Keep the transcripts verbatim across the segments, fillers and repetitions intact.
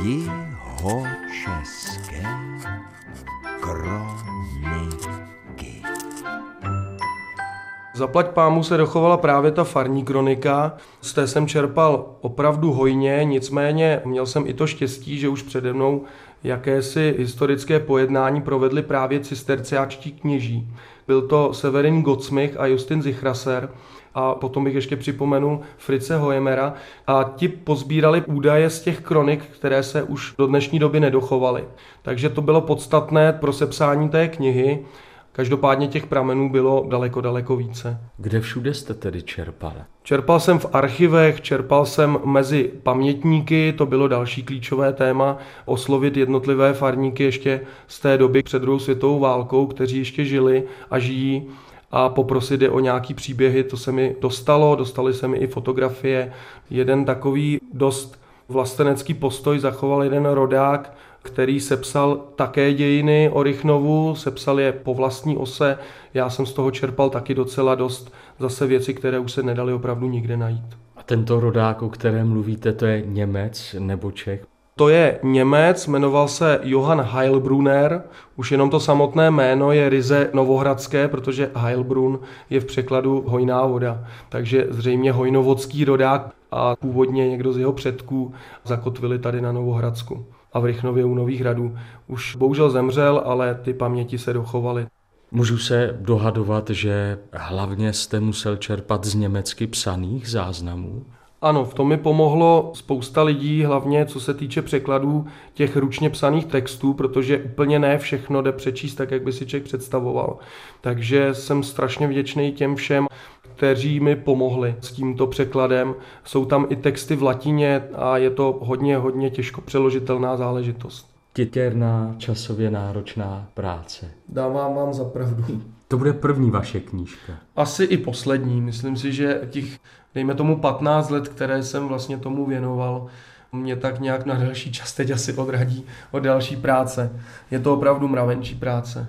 Jihočeské kroniky. Zaplať pámu se dochovala právě ta farní kronika, z té jsem čerpal opravdu hojně, nicméně měl jsem i to štěstí, že už přede mnou jakési historické pojednání provedli právě cisterciáčtí kněží. Byl to Severin Gottsmich a Justin Zichraser a potom bych ještě připomenul Fritze Hoyemera a ti pozbírali údaje z těch kronik, které se už do dnešní doby nedochovaly. Takže to bylo podstatné pro sepsání té knihy. Každopádně těch pramenů bylo daleko, daleko více. Kde všude jste tedy čerpal? Čerpal jsem v archivech, čerpal jsem mezi pamětníky, to bylo další klíčové téma, oslovit jednotlivé farníky ještě z té doby před druhou světovou válkou, kteří ještě žili a žijí, a poprosit je o nějaký příběhy, to se mi dostalo, dostaly se mi i fotografie. Jeden takový dost vlastenecký postoj zachoval jeden rodák, který sepsal také dějiny o Rychnovu, sepsal je po vlastní ose. Já jsem z toho čerpal taky docela dost zase věci, které už se nedaly opravdu nikde najít. A tento rodák, o kterém mluvíte, to je Němec nebo Čech? To je Němec, jmenoval se Johann Heilbrunner. Už jenom to samotné jméno je ryze novohradské, protože Heilbrunn je v překladu hojná voda. Takže zřejmě hojnovodský rodák a původně někdo z jeho předků zakotvili tady na Novohradsku. A v Rychnově u Nových Hradů. Už bohužel zemřel, ale ty paměti se dochovaly. Můžu se dohadovat, že hlavně jste musel čerpat z německy psaných záznamů? Ano, v tom mi pomohlo spousta lidí, hlavně co se týče překladů těch ručně psaných textů, protože úplně ne všechno jde přečíst tak, jak by si člověk představoval. Takže jsem strašně vděčný těm všem, kteří mi pomohli s tímto překladem. Jsou tam i texty v latině a je to hodně, hodně těžko přeložitelná záležitost. Titěrná, časově náročná práce. Dávám vám za pravdu. To bude první vaše knížka. Asi i poslední. Myslím si, že těch, dejme tomu patnáct let, které jsem vlastně tomu věnoval, mě tak nějak na další čas teď asi odradí od další práce. Je to opravdu mravenčí práce.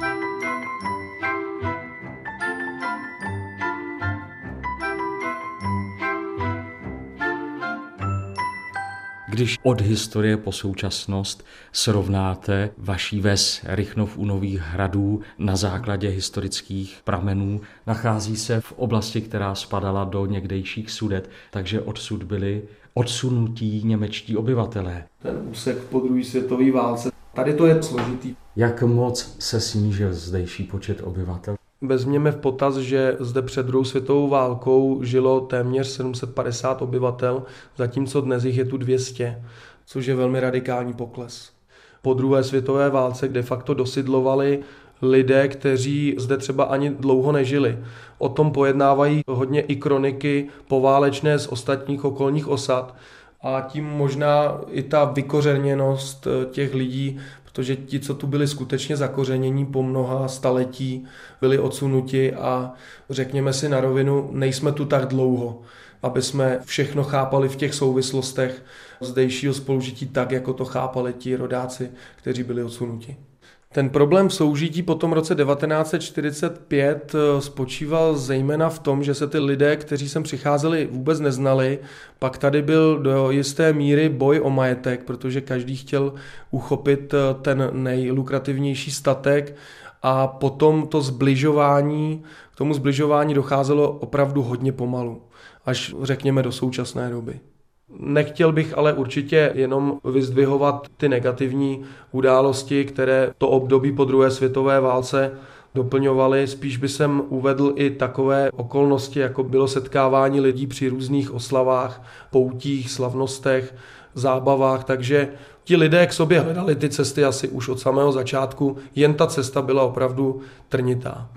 Když od historie po současnost srovnáte vaší ves Rychnov u Nových Hradů na základě historických pramenů, nachází se v oblasti, která spadala do někdejších Sudet, takže odsud byli odsunutí němečtí obyvatelé. Ten úsek po druhé světové válce, tady to je složitý. Jak moc se snížil zdejší počet obyvatel? Vezměme v potaz, že zde před druhou světovou válkou žilo téměř sedm set padesát obyvatel, zatímco dnes jich je tu dvě stě, což je velmi radikální pokles. Po druhé světové válce de facto dosidlovali lidé, kteří zde třeba ani dlouho nežili. O tom pojednávají hodně i kroniky poválečné z ostatních okolních osad a tím možná i ta vykořeněnost těch lidí, protože ti, co tu byli skutečně zakořenění po mnoha staletí, byli odsunuti a řekněme si na rovinu, nejsme tu tak dlouho, aby jsme všechno chápali v těch souvislostech zdejšího spolužití tak, jako to chápali ti rodáci, kteří byli odsunuti. Ten problém v soužití po tom roce devatenáct set čtyřicet pět spočíval zejména v tom, že se ty lidé, kteří sem přicházeli, vůbec neznali. Pak tady byl do jisté míry boj o majetek, protože každý chtěl uchopit ten nejlukrativnější statek a potom to zbližování, k tomu zbližování docházelo opravdu hodně pomalu, až řekněme do současné doby. Nechtěl bych ale určitě jenom vyzdvihovat ty negativní události, které to období po druhé světové válce doplňovaly. Spíš by jsem uvedl i takové okolnosti, jako bylo setkávání lidí při různých oslavách, poutích, slavnostech, zábavách, takže ti lidé k sobě hledali ty cesty asi už od samého začátku, jen ta cesta byla opravdu trnitá.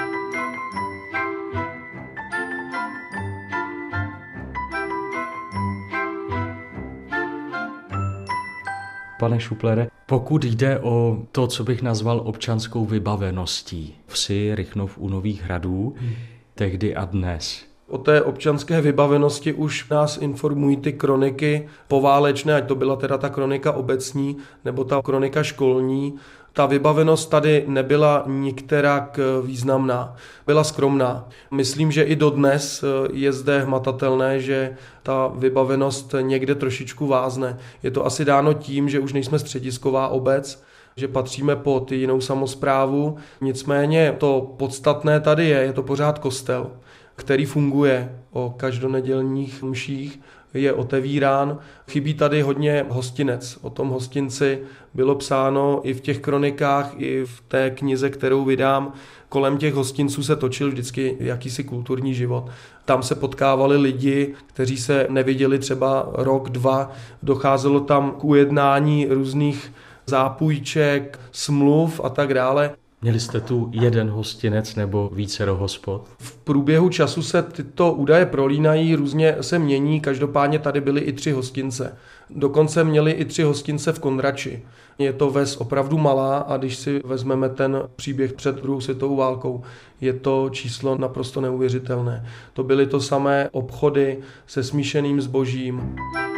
Pane Šuplere, pokud jde o to, co bych nazval občanskou vybaveností vsi Rychnov u Nových Hradů, hmm. tehdy a dnes, O té občanské vybavenosti už nás informují ty kroniky poválečné, ať to byla teda ta kronika obecní nebo ta kronika školní. Ta vybavenost tady nebyla nikterak významná, byla skromná. Myslím, že i dodnes je zde hmatatelné, že ta vybavenost někde trošičku vázne. Je to asi dáno tím, že už nejsme středisková obec, že patříme pod jinou samosprávu. Nicméně to podstatné tady je, je to pořád kostel, který funguje o každonedělních mších, je otevírán. Chybí tady hodně hostinec. O tom hostinci bylo psáno i v těch kronikách, i v té knize, kterou vydám. Kolem těch hostinců se točil vždycky jakýsi kulturní život. Tam se potkávali lidi, kteří se neviděli třeba rok, dva. Docházelo tam k ujednání různých zápůjček, smluv a tak dále. Měli jste tu jeden hostinec nebo vícero hospod? V průběhu času se tyto údaje prolínají, různě se mění, každopádně tady byly i tři hostince. Dokonce měli i tři hostince v Konrači. Je to ves opravdu malá a když si vezmeme ten příběh před druhou světovou válkou, je to číslo naprosto neuvěřitelné. To byly to samé obchody se smíšeným zbožím.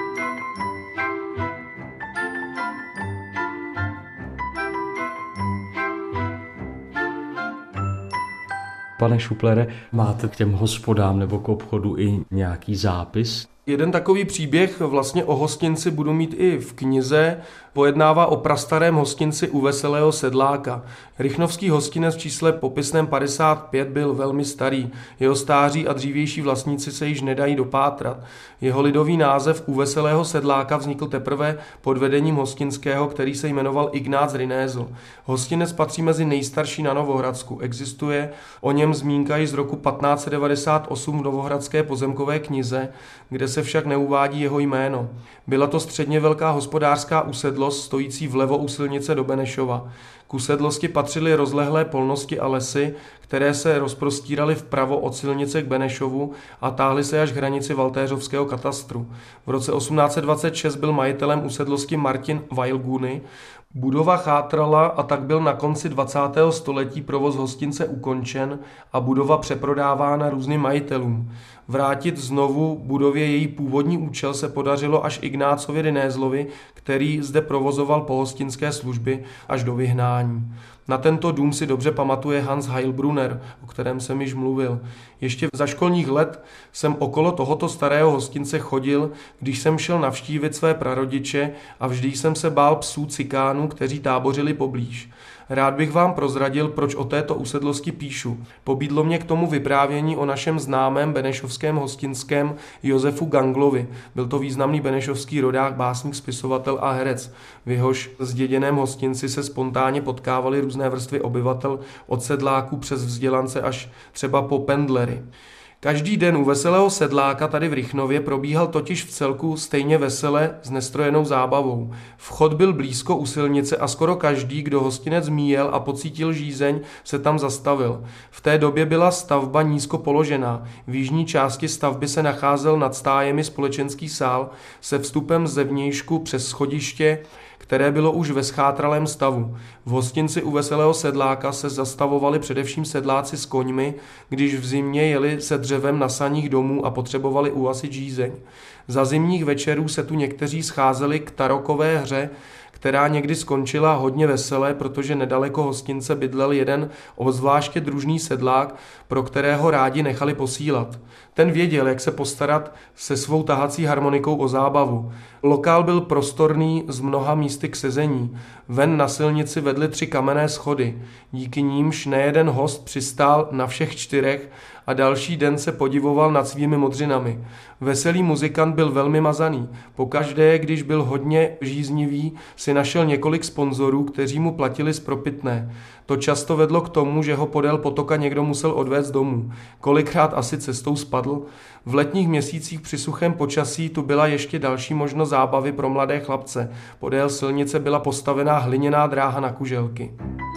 Pane Šuplere, máte k těm hospodám nebo k obchodu i nějaký zápis? Jeden takový příběh vlastně o hostinci budu mít i v knize. Pojednává o prastarém hostinci u Veselého Sedláka. Rychnovský hostinec v čísle popisném padesát pět byl velmi starý. Jeho stáří a dřívější vlastníci se již nedají dopátrat. Jeho lidový název u Veselého Sedláka vznikl teprve pod vedením hostinského, který se jmenoval Ignác Rynézl. Hostinec patří mezi nejstarší na Novohradsku. Existuje o něm zmínka již z roku patnáct set devadesát osm v Novohradské pozemkové knize, kde se však neuvádí jeho jméno. Byla to středně velká hospodářská usedlost stojící vlevo u silnice do Benešova. K usedlosti patřily rozlehlé polnosti a lesy, které se rozprostíraly vpravo od silnice k Benešovu a táhly se až k hranici Valtéřovského katastru. V roce osmnáct set dvacet šest byl majitelem usedlosti Martin Weilguny. Budova chátrala a tak byl na konci dvacátého století provoz hostince ukončen a budova přeprodávána různým majitelům. Vrátit znovu budově její původní účel se podařilo až Ignácovi Rynézlovi, který zde provozoval pohostinské služby až do vyhnání. Na tento dům si dobře pamatuje Hans Heilbrunner, o kterém jsem již mluvil. Ještě za školních let jsem okolo tohoto starého hostince chodil, když jsem šel navštívit své prarodiče a vždy jsem se bál psů cikánů, kteří tábořili poblíž. Rád bych vám prozradil, proč o této usedlosti píšu. Pobídlo mě k tomu vyprávění o našem známém benešovském hostinském Josefu Ganglovi. Byl to významný benešovský rodák, básník, spisovatel a herec. V jehož zděděném hostinci se spontánně potkávaly různé vrstvy obyvatel, od sedláků přes vzdělance až třeba po pendlery. Každý den u Veselého Sedláka tady v Rychnově probíhal totiž v celku stejně vesele s nestrojenou zábavou. Vchod byl blízko u silnice a skoro každý, kdo hostinec míjel a pocítil žízeň, se tam zastavil. V té době byla stavba nízko položená. V jižní části stavby se nacházel nad stájemi společenský sál se vstupem zevnějšku přes schodiště, které bylo už ve schátralém stavu. V hostinci u Veselého Sedláka se zastavovali především sedláci s koňmi, když v zimě jeli se dřevem na saních domů a potřebovali uhasit žízeň. Za zimních večerů se tu někteří scházeli k tarokové hře, která někdy skončila hodně veselé, protože nedaleko hostince bydlel jeden obzvláště družný sedlák, pro kterého rádi nechali posílat. Ten věděl, jak se postarat se svou tahací harmonikou o zábavu. Lokál byl prostorný s mnoha místy k sezení. Ven na silnici vedly tři kamenné schody, díky nímž nejeden host přistál na všech čtyřech a další den se podivoval nad svými modřinami. Veselý muzikant byl velmi mazaný. Pokaždé, když byl hodně žíznivý, si našel několik sponzorů, kteří mu platili z propitné. To často vedlo k tomu, že ho podél potoka někdo musel odvést domů. Kolikrát asi cestou spadl. V letních měsících při suchém počasí tu byla ještě další možnost zábavy pro mladé chlapce. Podél silnice byla postavená hliněná dráha na kuželky.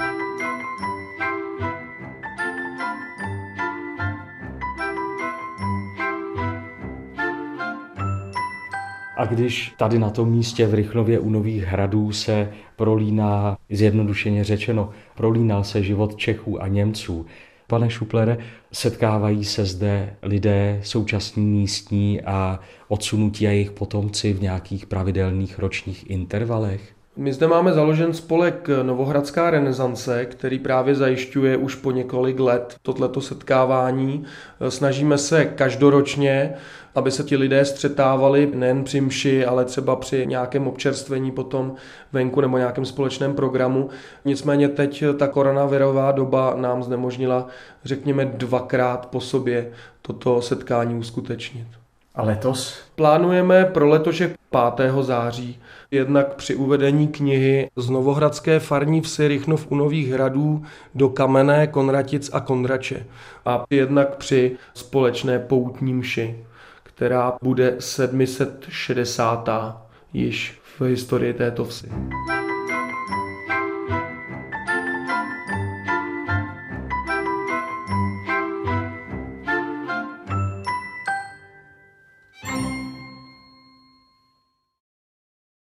A když tady na tom místě v Rychnově u Nových Hradů se prolíná, zjednodušeně řečeno, prolínal se život Čechů a Němců, Pane Šuplere, setkávají se zde lidé současní místní a odsunutí a jejich potomci v nějakých pravidelných ročních intervalech? My zde máme založen spolek Novohradská renesance, který právě zajišťuje už po několik let tohleto setkávání. Snažíme se každoročně, aby se ti lidé střetávali nejen při mši, ale třeba při nějakém občerstvení potom venku nebo nějakém společném programu. Nicméně teď ta koronavirová doba nám znemožnila, řekněme, dvakrát po sobě toto setkání uskutečnit. A letos? Plánujeme pro letošek pátého září, jednak při uvedení knihy z Novohradské farní vsi Rychnov u Nových Hradů do Kamenné, Konratic a Kondrače. A jednak při společné poutní mši, která bude sedm set šedesátá již v historii této vsi.